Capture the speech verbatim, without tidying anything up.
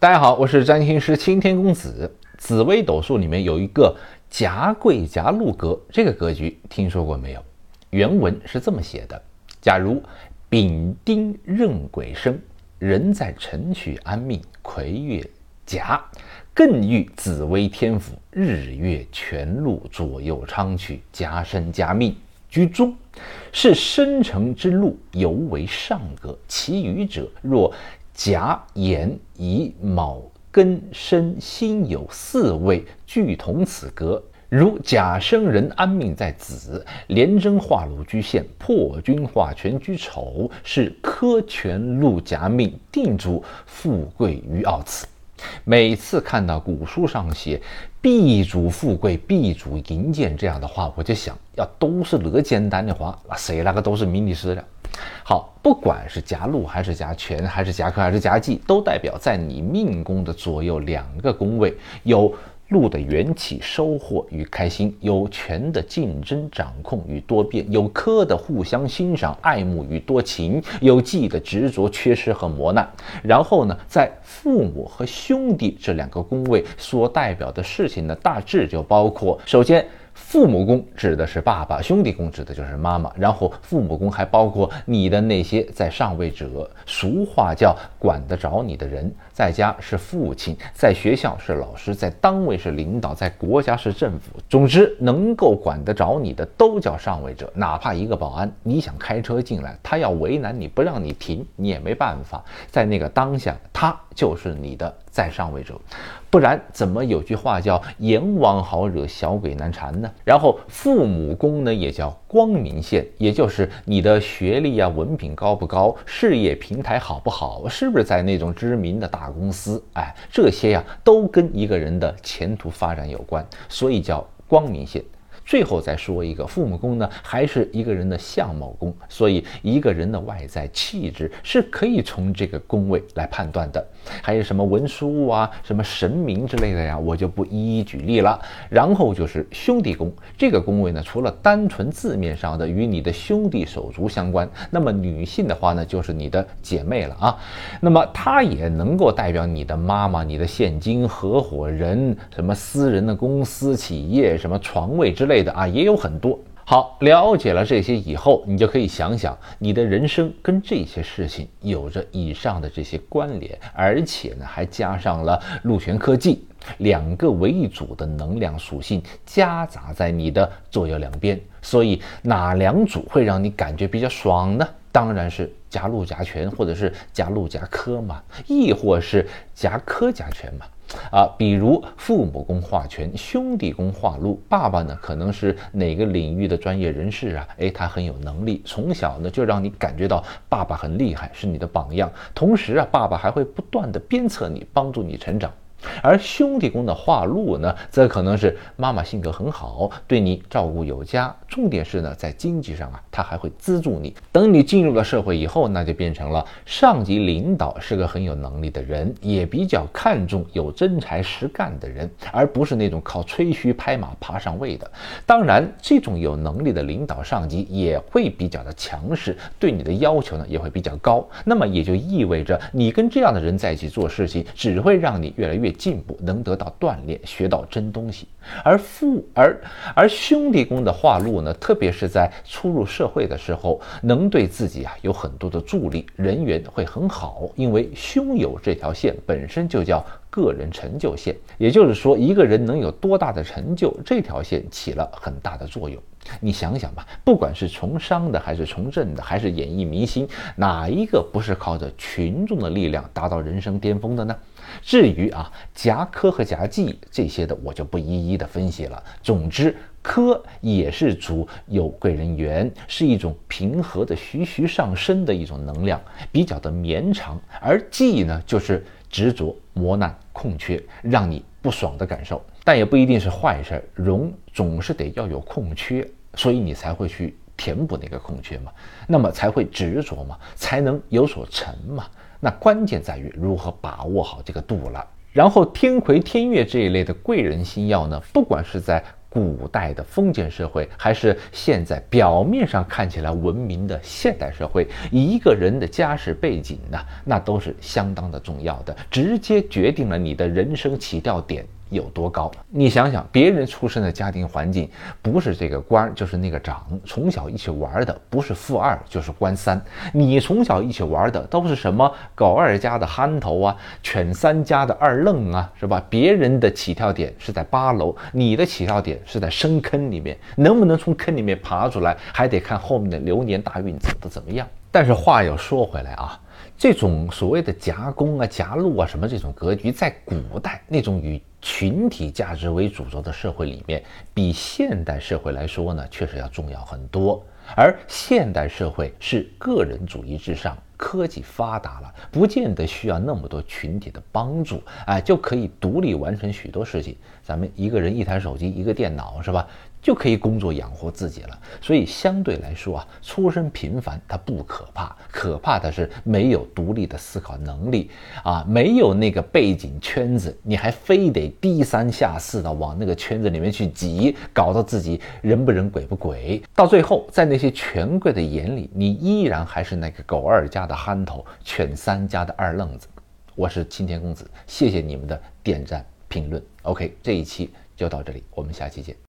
大家好，我是占星师青天公子。紫微斗数里面有一个夹贵夹禄格，这个格局听说过没有？原文是这么写的：假如丙丁壬癸生，人在辰戌安命，魁月夹，艮遇紫微天府，日月全禄，左右昌曲，夹身夹命，居中，是生辰之禄，尤为上格。其余者若甲、寅、乙、卯、庚、申、辛酉四位俱同此格，如甲生人安命在子，廉贞化禄居陷，破军化权居丑，是科全禄夹命，定主富贵于奥此。每次看到古书上写必主富贵必主银剑这样的话，我就想要都是那简单的话，那谁那个都是命理师了。好，不管是夹禄还是夹权还是夹克还是夹忌，都代表在你命宫的左右两个宫位，有禄的元气收获与开心，有权的竞争掌控与多变，有科的互相欣赏爱慕与多情，有忌的执着缺失和磨难。然后呢，在父母和兄弟这两个宫位所代表的事情呢，大致就包括，首先父母宫指的是爸爸，兄弟宫指的就是妈妈，然后父母宫还包括你的那些在上位者，俗话叫管得着你的人，在家是父亲，在学校是老师，在单位是领导，在国家是政府，总之能够管得着你的都叫上位者。哪怕一个保安，你想开车进来，他要为难你不让你停，你也没办法，在那个当下他就是你的在上位者，不然怎么有句话叫阎王好惹小鬼难缠呢？然后父母宫呢也叫光明线，也就是你的学历啊、文凭高不高，事业平台好不好，是不是在那种知名的大公司，哎，这些呀、啊、都跟一个人的前途发展有关，所以叫光明线。最后再说一个，父母宫呢还是一个人的相貌宫，所以一个人的外在气质是可以从这个宫位来判断的。还有什么文书啊、什么神明之类的呀，我就不一一举例了。然后就是兄弟宫，这个宫位呢，除了单纯字面上的与你的兄弟手足相关，那么女性的话呢，就是你的姐妹了啊。那么它也能够代表你的妈妈、你的现金合伙人、什么私人的公司、企业、什么床位之类的啊，也有很多。好，了解了这些以后，你就可以想想，你的人生跟这些事情有着以上的这些关联，而且呢，还加上了禄权科技两个为主的能量属性夹杂在你的左右两边，所以哪两组会让你感觉比较爽呢？当然是夹禄夹权，或者是夹禄夹科嘛，亦或是夹科夹权嘛。啊，比如父母宫化权，兄弟宫化禄，爸爸呢可能是哪个领域的专业人士啊，诶，他很有能力，从小呢就让你感觉到爸爸很厉害，是你的榜样，同时啊，爸爸还会不断的鞭策你，帮助你成长。而兄弟宫的化禄呢，则可能是妈妈性格很好，对你照顾有加，重点是呢，在经济上啊，她还会资助你。等你进入了社会以后，那就变成了上级领导是个很有能力的人，也比较看重有真才实干的人，而不是那种靠吹嘘拍马爬上位的。当然，这种有能力的领导上级也会比较的强势，对你的要求呢也会比较高。那么也就意味着你跟这样的人在一起做事情，只会让你越来越进步，能得到锻炼，学到真东西。而父而而兄弟宫的化禄呢，特别是在初入社会的时候，能对自己啊有很多的助力，人缘会很好，因为兄友这条线本身就叫个人成就线，也就是说，一个人能有多大的成就，这条线起了很大的作用。你想想吧，不管是从商的，还是从政的，还是演艺明星，哪一个不是靠着群众的力量达到人生巅峰的呢？至于啊夹科和夹忌这些的，我就不一一的分析了。总之，科也是主有贵人缘，是一种平和的徐徐上升的一种能量，比较的绵长。而忌呢，就是执着、磨难、空缺，让你不爽的感受。但也不一定是坏事，人总是得要有空缺，所以你才会去填补那个空缺嘛，那么才会执着嘛，才能有所成嘛。那关键在于如何把握好这个度了。然后天魁天月这一类的贵人星耀呢，不管是在古代的封建社会，还是现在表面上看起来文明的现代社会，一个人的家世背景呢，那都是相当的重要的，直接决定了你的人生起跳点有多高。你想想，别人出生的家庭环境，不是这个官就是那个长，从小一起玩的不是富二就是官三，你从小一起玩的都是什么狗二家的憨头啊，犬三家的二愣啊，是吧？别人的起跳点是在八楼，你的起跳点是在深坑里面，能不能从坑里面爬出来，还得看后面的流年大运走得怎么样。但是话又说回来啊，这种所谓的夹攻啊、夹路啊什么这种格局，在古代那种以群体价值为主轴的社会里面，比现代社会来说呢，确实要重要很多。而现代社会是个人主义至上，科技发达了，不见得需要那么多群体的帮助，哎，就可以独立完成许多事情。咱们一个人一台手机，一个电脑，是吧？就可以工作养活自己了。所以相对来说啊，出身平凡它不可怕，可怕的是没有独立的思考能力啊，没有那个背景圈子，你还非得低三下四的往那个圈子里面去挤，搞到自己人不人鬼不鬼，到最后在那些权贵的眼里，你依然还是那个狗二家的憨头，犬三家的二愣子。我是青天公子，谢谢你们的点赞评论。OK， 这一期就到这里，我们下期见。